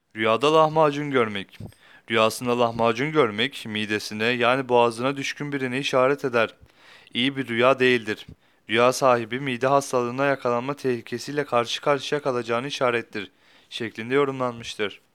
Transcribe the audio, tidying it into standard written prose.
Rüyada lahmacun görmek. Rüyasında lahmacun görmek, midesine yani boğazına düşkün birini işaret eder. İyi bir rüya değildir. Rüya sahibi mide hastalığına yakalanma tehlikesiyle karşı karşıya kalacağını işarettir şeklinde yorumlanmıştır.